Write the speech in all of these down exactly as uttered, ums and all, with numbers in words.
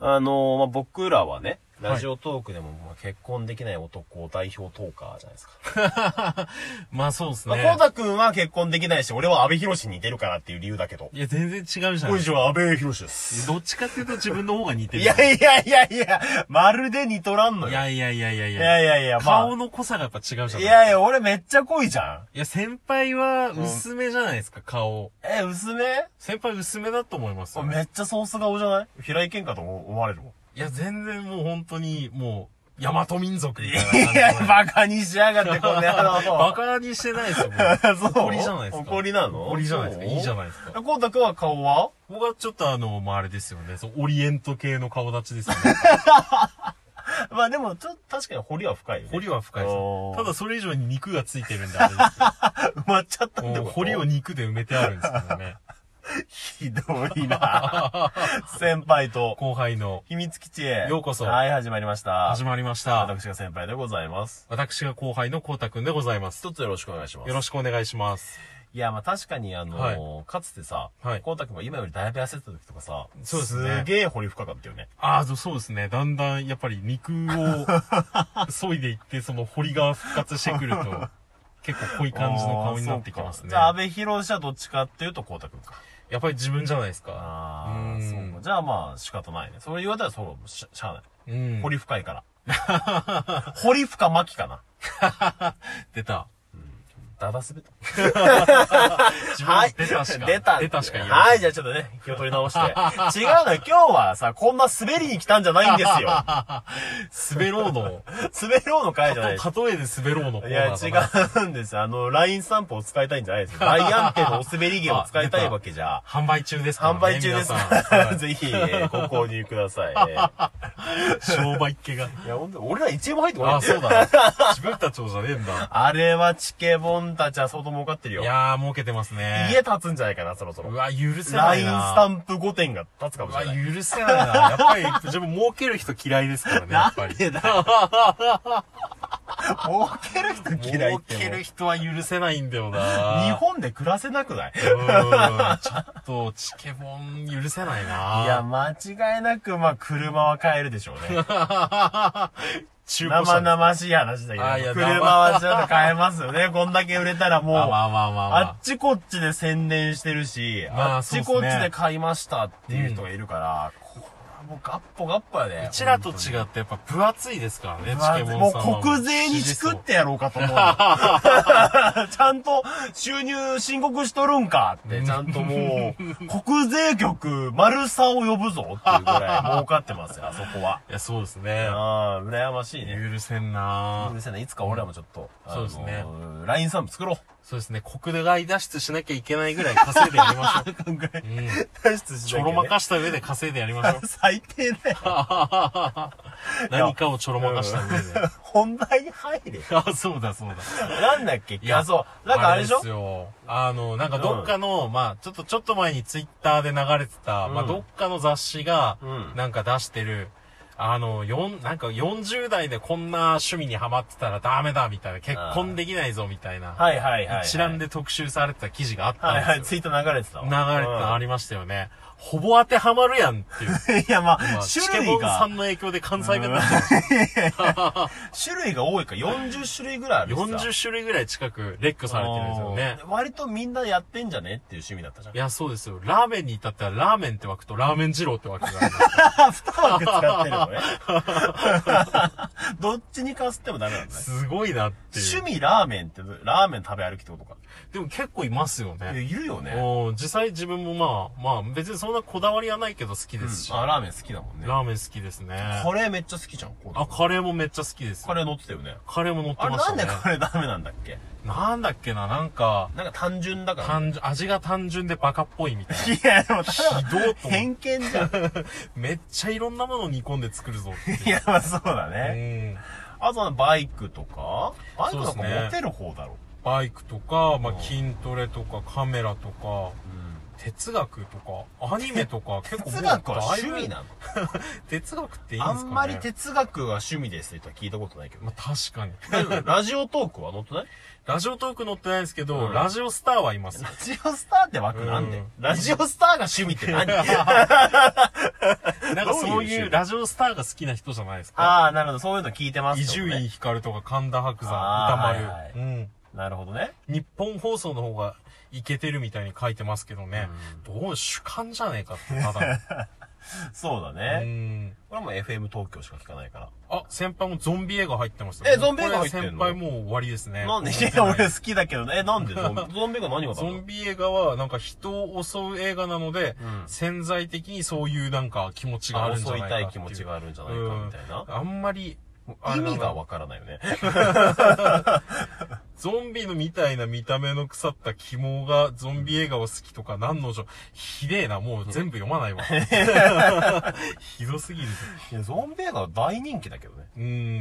あのー、まあ、僕らはね、ラジオトークでも、まあ、結婚できない男代表トーカーじゃないですか。 まあそうですね。 まあ、コウタくんは結婚できないし、俺は安倍博士に似てるからっていう理由だけど。 いや、全然違うじゃん。 こんにちは、安倍博士です。 どっちかっていうと自分の方が似てる。 いやいやいやいや、まるで似とらんのよ。 いやいやいやいやいや。 いやいやいや、 まあ、顔の濃さがやっぱ違うじゃん。 いやいや、俺めっちゃ濃いじゃん。いや、先輩は薄めじゃないですか、うん、顔。 え、薄め？ 先輩薄めだと思いますよ。 めっちゃソース顔じゃない？平井堅かと思われるもん。 いや、全然もう本当に、もう、大和民族みたいな感じ。いや、バカにしやがって、この野郎。 バカにしてないですよ、もう。 そう。 怒りじゃないですか。 怒りなの？ 怒りじゃないですか。いいじゃないですか。 コウタくんは顔は？ 僕はちょっとあの、まあ、あれですよね。そう、オリエント系の顔立ちですよね。 まあでも、ちょっと確かに彫りは深いよね。 彫りは深いです。ただそれ以上に肉がついてるんであれですよ。 埋まっちゃったんで彫りを肉で埋めてあるんですけどね。 ひどいな先輩と後輩の秘密基地へようこそ。 はい、始まりました。 始まりました。 私が先輩でございます。 私が後輩のこうたくんでございます。 一つよろしくお願いします。 よろしくお願いします。 いや、まあ確かにあのーはい、かつてさ、はい、こうたくんが今よりだいぶ痩せてた時とかさ、 そうですね。 すげえ彫り深かったよね。 ああ、そうですね。だんだんやっぱり肉を削いでいって、その彫りが復活してくると、結構濃い感じの顔になってきますね。 じゃあ、安倍博士はどっちかっていうとこうたくんか。 やっぱり自分じゃないですか。 ああ、そうか。じゃあまあ仕方ないね。それ言われたらそう、し, しゃあない。うん。彫り深いから。彫り深巻きかな。 出た。 ダダ滑った。 はい。出たしか。 出た。 出たしか言えない。 はい、じゃあちょっとね、気を取り直して。違うのよ、今日はさ、こんな滑りに来たんじゃないんですよ。 滑ろうの。 滑ろうの回じゃないです。 例えで滑ろうのコーナー。 いや、違うんですよ。あの、ライン スタンプを使いたいんじゃないですよ。ライアンテのお滑り芸を使いたいわけじゃ。 販売中ですからね。 販売中です。ぜひ、ご購入ください。 商売っ気が。 いや、ほんと、俺らいちえんも入ってこない。 あ、そうだ。自分たちじゃねえんだ。 あれはチケボンたちは相当儲かってるよ。 いやー、儲けてますね。 家建つんじゃないかな、そろそろ。 うわ、許せないな。 ライン スタンプごてんが建つかもしれない。 うわ、許せないな。やっぱり、自分儲ける人嫌いですからね、やっぱり。 なんでだ儲ける人嫌いって。 儲ける人は許せないんだよな。 日本で暮らせなくない？ うーん、ちょっと、チケボン許せないな。 いや、間違いなく、まあ、車は買えるでしょうね。 中古車。生々しい話だけど。車はちょっと買えますよね。こんだけ売れたらもう。 まあまあまあまあ、まあ。 あっちこっちで宣伝してるし、まあ、あっちこっちで買いましたっていう人がいるから、うん、これはもうガッポガッポやで。 うちらと違ってやっぱ分厚いですからね、チケボンさんは。 もう国税にチクってやろうかと思う。ちゃんと収入申告しとるんかって、ちゃんともう、国税局、丸さを呼ぶぞっていうぐらい儲かってますよ、あそこは。 いや、そうですね。 ああ、羨ましいね。 許せんな許せない。いつか俺らもちょっと、 うん、そうですね。 ライン スタンプ作ろう。 そうですね。国外脱出しなきゃいけないぐらい稼いでやりましょう。 国外脱出しなきゃ、ね。 ちょろまかした上で稼いでやりましょう。 最低だよ。 何かをちょろまかした上で。 本題に入れ。 あ、そうだそうだ。 なんだっけ？いや、そう。なんかあれでしょ？ あれですよ。あの、なんかどっかの、うん、まあちょっと、ちょっと前にツイッターで流れてた、うん、まあどっかの雑誌が、なんか出してる、あの、四、なんかよんじゅう代でこんな趣味にハマってたらダメだみたいな、結婚できないぞみたいな。 はいはいはい。 一覧で特集されてた記事があったんですよ。 はいはい、ツイート流れてたわ。 流れてた、ありましたよね。ほぼ当てはまるやんっていう。 いや、まあ、種類が。チケボンさんの影響で関西弁になってま種類が多いか、よんじゅっしゅるいぐらいあるしさ。 よんじゅっしゅるいぐらい近く列挙されてるんですよね。 割とみんなやってんじゃねっていう趣味だったじゃん。 いや、そうですよ。ラーメンに至ったらラーメンって枠とラーメン二郎って枠があります。 二枠使ってるのね。どっちにかすってもダメなんだね。 すごいなっていう。 趣味ラーメンって、ラーメン食べ歩きってことか。 でも結構いますよね。 いるよね。 実際自分もまあ、まあ別にそんなこだわりはないけど好きですし。 うん、あ、ラーメン好きだもんね。 ラーメン好きですね。 カレーめっちゃ好きじゃん。 あ、カレーもめっちゃ好きです。 カレー乗ってたよね。 カレーも乗ってましたね。 あれなんでカレーダメなんだっけ？ なんだっけな、なんか。 なんか単純だから、ね。 単純、味が単純でバカっぽいみたいな。 いや、でもひどと偏見じゃん。 めっちゃいろんなものを煮込んで作るぞっていう。 いや、まあそうだね。うん。あとはバイクとかバイクとか持てる方だろう。 バイクとか、まあ、筋トレとか、カメラとか、うん、哲学とか、アニメとか、結構哲学は趣味なの？ 哲学っていいんですかね？ あんまり哲学が趣味ですって聞いたことないけど。 まあ、確かに。 ラジオトークは載ってない？ ラジオトーク載ってないですけど、うん、ラジオスターはいます。 ラジオスターって枠なんで、うん、ラジオスターが趣味って何？ なんかそういうラジオスターが好きな人じゃないですか。 ああ、なるほど。そういうの聞いてます伊集院光とか神田伯山、歌丸。 はいはい、うん。なるほどね。 日本放送の方がイケてるみたいに書いてますけどね。うん、どう主観じゃねえかって、ただ。 そうだね。うん。これも エフエム 東京しか聞かないから。 あ、先輩もゾンビ映画入ってました。 え、ゾンビ映画入ってんの？ 先輩もう終わりですね。 なんで？いや、俺好きだけどね。え、なんでゾンビ、ゾンビ映画何がだろう？ ゾンビ映画はなんか人を襲う映画なので、うん、潜在的にそういうなんか気持ちがあるんじゃないかっていう。 襲いたい気持ちがあるんじゃないかみたいな。 うん、あんまり、 意味がわからないよね。 ゾンビのみたいな見た目の腐った肝がゾンビ映画を好きとか何のじょ、ひでえな、もう全部読まないわ。ひどすぎる。 いや、ゾンビ映画は大人気だけどね。 うん、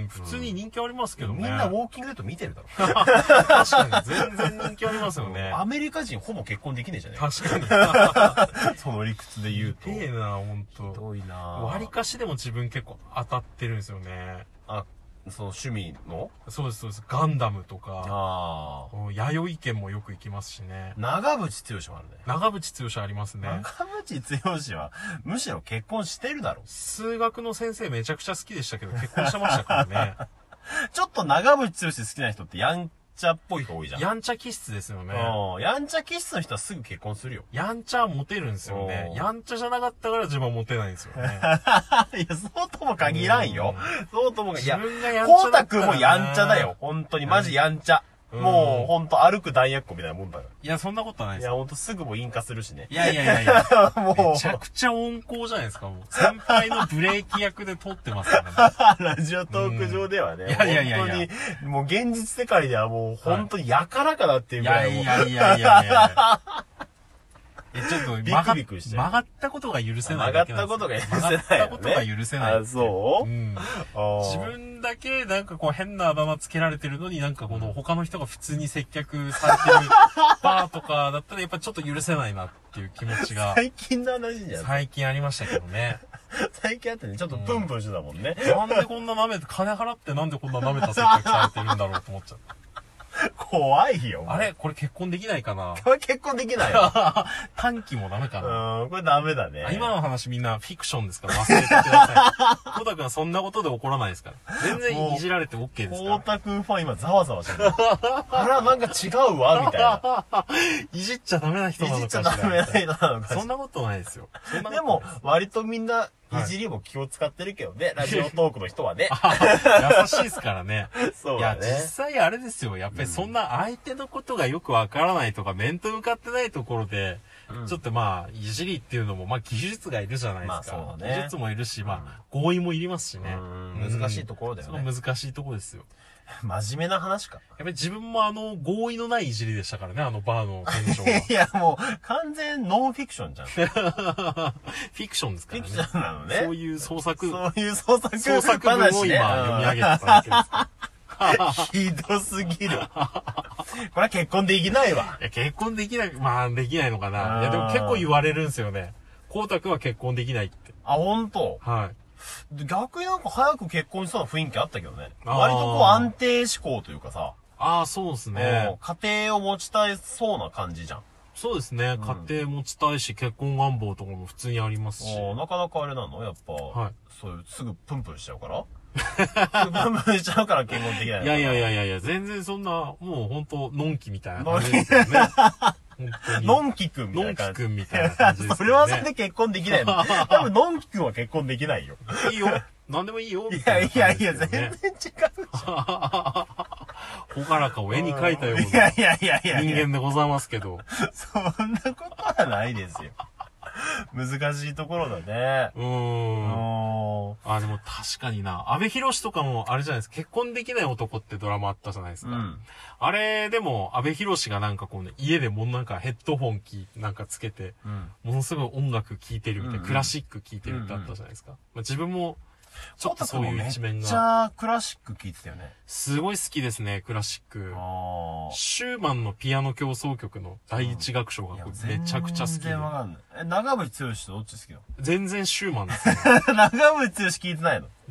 普通に人気ありますけどね。 みんなウォーキングデッド見てるだろ。 確かに、全然人気ありますよね。 アメリカ人ほぼ結婚できねえじゃねえ確かに。その理屈で言うと。 ひでえな、ほんと。 ひどいな。 割かしでも自分結構当たってるんですよね。 あ、そう、趣味の？ そうです、そうです。ガンダムとか。 ああ。 弥生県もよく行きますしね。 長渕剛もあるね。 長渕剛ありますね。 長渕剛は、むしろ結婚してるだろ。 数学の先生めちゃくちゃ好きでしたけど、結婚してましたからね。 ちょっと長渕剛好きな人ってやんちゃっぽい人多いじゃん。 やんちゃ気質ですよね。 やんちゃ気質の人はすぐ結婚するよ。 やんちゃはモテるんですよね。やんちゃじゃなかったから自分はモテないんですよね。 いや、そうとも限らんよ。そうとも限らん。 自分がやんちゃだったら。 こうたくんもやんちゃだよ。本当に。マジやんちゃ。もう、ほんと歩く弾薬庫みたいなもんだよ。 いや、そんなことはないですよ。いや、ほんとすぐも引火するしね。 いやいやいやいや。もう。めちゃくちゃ温厚じゃないですか、もう。先輩のブレーキ役で撮ってますからね。ラジオトーク上ではね。 いやいやいやいや。 本当に、もう現実世界ではもう、本当にやからかなっていうぐらい。 いやいやいやいやいや。え、ちょっと、 ビクビクして。 曲がったことが許せない。 曲がったことが許せない。曲がったことが許せない。 あ、そう、うん、 自分だけなんかこう変なあだ名つけられてるのになんかこの他の人が普通に接客されてるバーとかだったらやっぱちょっと許せないなっていう気持ちが。 最近の話じゃん。 最近ありましたけどね。 最近あってね、ちょっとプンプンしてたもんね。 うん、なんでこんな舐めて、金払ってなんでこんな舐めた接客されてるんだろうと思っちゃった。 怖いよ。 あれこれ結婚できないかな？ これ結婚できないよ。 短期もダメかな？ うん、これダメだね。 今の話みんなフィクションですから忘れてください。コタくんはそんなことで怒らないですから。全然いじられて OK ですから。 コタくんファン今ざわざわしてる。あら、なんか違うわ、みたいな。 いじっちゃダメな人なのかしら。 いじっちゃダメな人なのかしら。 そんなことないですよ。 でも、割とみんな、いじりも気を使ってるけどね、ラジオトークの人はね。 優しいですからね。 そうだね。 いや、実際あれですよ。やっぱりそんな相手のことがよくわからないとか、面と向かってないところで、うん、ちょっとまあ、いじりっていうのも、まあ、技術がいるじゃないですか。まあそうだね、技術もいるし、まあ、合意もいりますしね。 難しいところだよね。 その難しいところですよ。 真面目な話か。 やっぱり自分もあの、合意のないいじりでしたからね、あのバーの店長は。 いや、もう、完全ノンフィクションじゃん。フィクションですからね。 フィクションなのね。 そういう創作。 そういう創作創作文を今読み上げてたわけです。 ひどすぎる。これは結婚できないわ。 いや、結婚できない、まあ、できないのかな。いや、でも結構言われるんですよね。こうたくんは結婚できないって。 あ、ほんと？ はい。 逆になんか早く結婚しそうな雰囲気あったけどね。割とこう安定志向というかさ。 ああ、そうですね。 家庭を持ちたいそうな感じじゃん。 そうですね。うん、家庭持ちたいし、結婚願望とかも普通にありますし。 なかなかあれなのやっぱ。 はい。 そういう、すぐプンプンしちゃうからプンプンしちゃうから結婚できない。 いやいやいやいやいや、全然そんな、もうほんと、のんきみたいな感じですよね。本当に。 のんきくんみたいな感じ。 のんきくんみたいな感じです、ね。 それはそれで結婚できないの。多分のんきくんは結婚できないよ。 いいよ。なんでもいいよ。 いやいやいや、全然違うじゃん。 ほからかを絵に描いたような。 いやいやいやいや。 人間でございますけど。 そんなことはないですよ。難しいところだね。 うーん。あ、でも確かにな。安部寛とかもあれじゃないですか。結婚できない男ってドラマあったじゃないですか。うん、あれでも安部寛がなんかこうね、家でもなんかヘッドホンキーなんかつけて、うん、ものすごい音楽聴いてるみたいな、うんうん、クラシック聴いてるってあったじゃないですか。うんうん、まあ、自分も、ちょっとそういう一面が。めっちゃクラシック聴いてたよね。 すごい好きですね、クラシック。シューマンのピアノ協奏曲の第一楽章がめちゃくちゃ好きで。全然わかんない。え、長渕剛とどっち好きなの？ 全然シューマンですね。 長渕剛聴いてないの？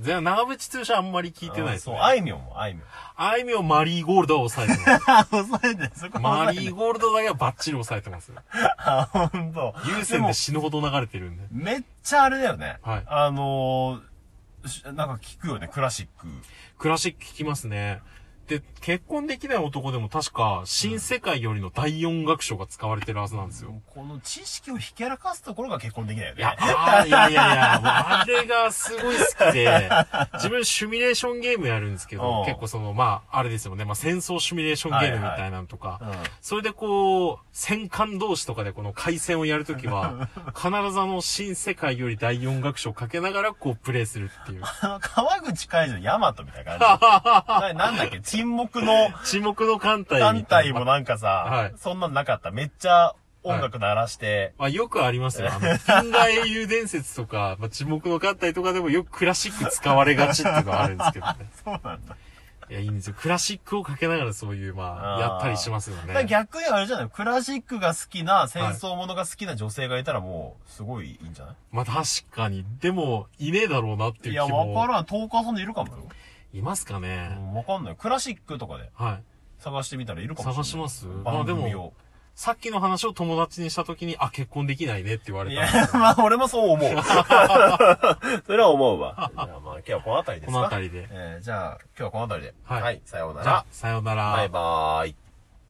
全然長渕剛はあんまり聞いてないですね。 そう、あいみょんも、あいみょん。 あいみょんマリーゴールドは抑えてます。 抑えて、そこマリーゴールドだけはバッチリ抑えてます。 あ、ほんと。 有線で死ぬほど流れてるんで。 めっちゃあれだよね。 はい。 あのー、なんか聞くよね、クラシック。 クラシック聞きますね。で、結婚できない男でも確か、新世界よりの第四楽章が使われてるはずなんですよ。 この知識をひけらかすところが結婚できないよね。 いや、あいやいやいや、あれがすごい好きで、自分シミュレーションゲームやるんですけど、結構その、まあ、あれですよね、まあ戦争シミュレーションゲームみたいなのとか、はいはいうん、それでこう、戦艦同士とかでこの回戦をやるときは、必ずあの、新世界より第四楽章をかけながらこう、プレイするっていう。 川口海人のヤマトみたいな感じ。なんだっけ沈黙の、 沈黙の艦隊。 艦隊もなんかさ、 はい、 そんなんなかった。めっちゃ音楽鳴らして。 はい、まあよくありますよ。あの、銀河英雄伝説とか、まあ、沈黙の艦隊とかでもよくクラシック使われがちっていうのがあるんですけどね。 そうなんだ。 いや、いいんですよ。クラシックをかけながらそういう、まあ、やったりしますよね。 逆にあれじゃないクラシックが好きな、戦争ものが好きな女性がいたらもう、すごいいいんじゃない、 まあ確かに。でも、いねえだろうなっていう気も。 いや、わからん。トーカーさんでいるかもよ。 いますかね。 うん、わかんない。クラシックとかで。 はい。 探してみたらいるかもしれない。 探しますまあでも、さっきの話を友達にしたときに、あ、結婚できないねって言われた。 いや、まあ俺もそう思う。それは思うわ。じゃあまあ今日はこの辺りですか。 この辺りで。 えー、じゃあ今日はこの辺りで。 はい。 はい、さようなら。 じゃあ、さようなら。 バイバーイ。